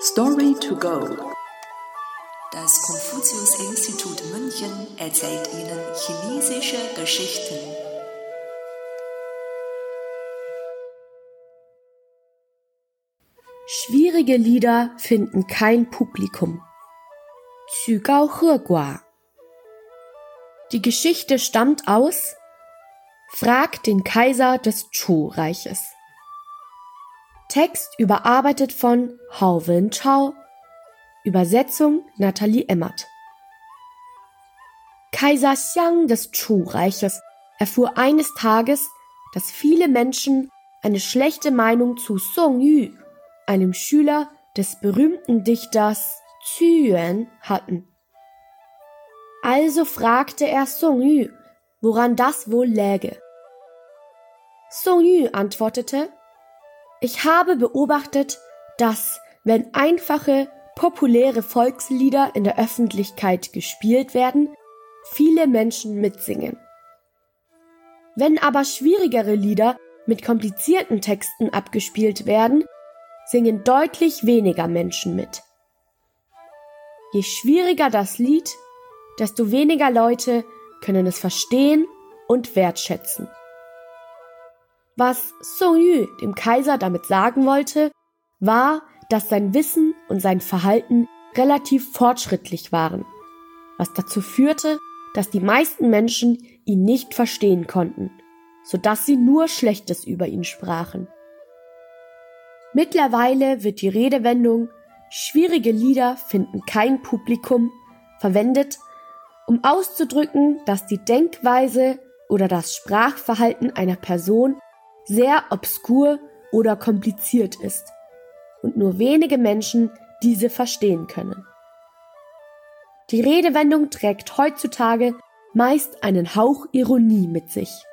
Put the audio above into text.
Story to go. Das Konfuzius-Institut München erzählt Ihnen chinesische Geschichten. Schwierige Lieder finden kein Publikum. Qu Gao He Gua. Die Geschichte stammt aus Frag den Kaiser des Chu-Reiches. Text überarbeitet von Hao Wenchao. Übersetzung Nathalie Emmert. Kaiser Xiang des Chu-Reiches erfuhr eines Tages, dass viele Menschen eine schlechte Meinung zu Song Yu, einem Schüler des berühmten Dichters Qu Yuan, hatten. Also fragte er Song Yu, woran das wohl läge. Song Yu antwortete: Ich habe beobachtet, dass, wenn einfache, populäre Volkslieder in der Öffentlichkeit gespielt werden, viele Menschen mitsingen. Wenn aber schwierigere Lieder mit komplizierten Texten abgespielt werden, singen deutlich weniger Menschen mit. Je schwieriger das Lied, desto weniger Leute können es verstehen und wertschätzen. Was Song Yu dem Kaiser damit sagen wollte, war, dass sein Wissen und sein Verhalten relativ fortschrittlich waren, was dazu führte, dass die meisten Menschen ihn nicht verstehen konnten, sodass sie nur Schlechtes über ihn sprachen. Mittlerweile wird die Redewendung schwierige Lieder finden kein Publikum verwendet, um auszudrücken, dass die Denkweise oder das Sprachverhalten einer Person sehr obskur oder kompliziert ist und nur wenige Menschen diese verstehen können. Die Redewendung trägt heutzutage meist einen Hauch Ironie mit sich.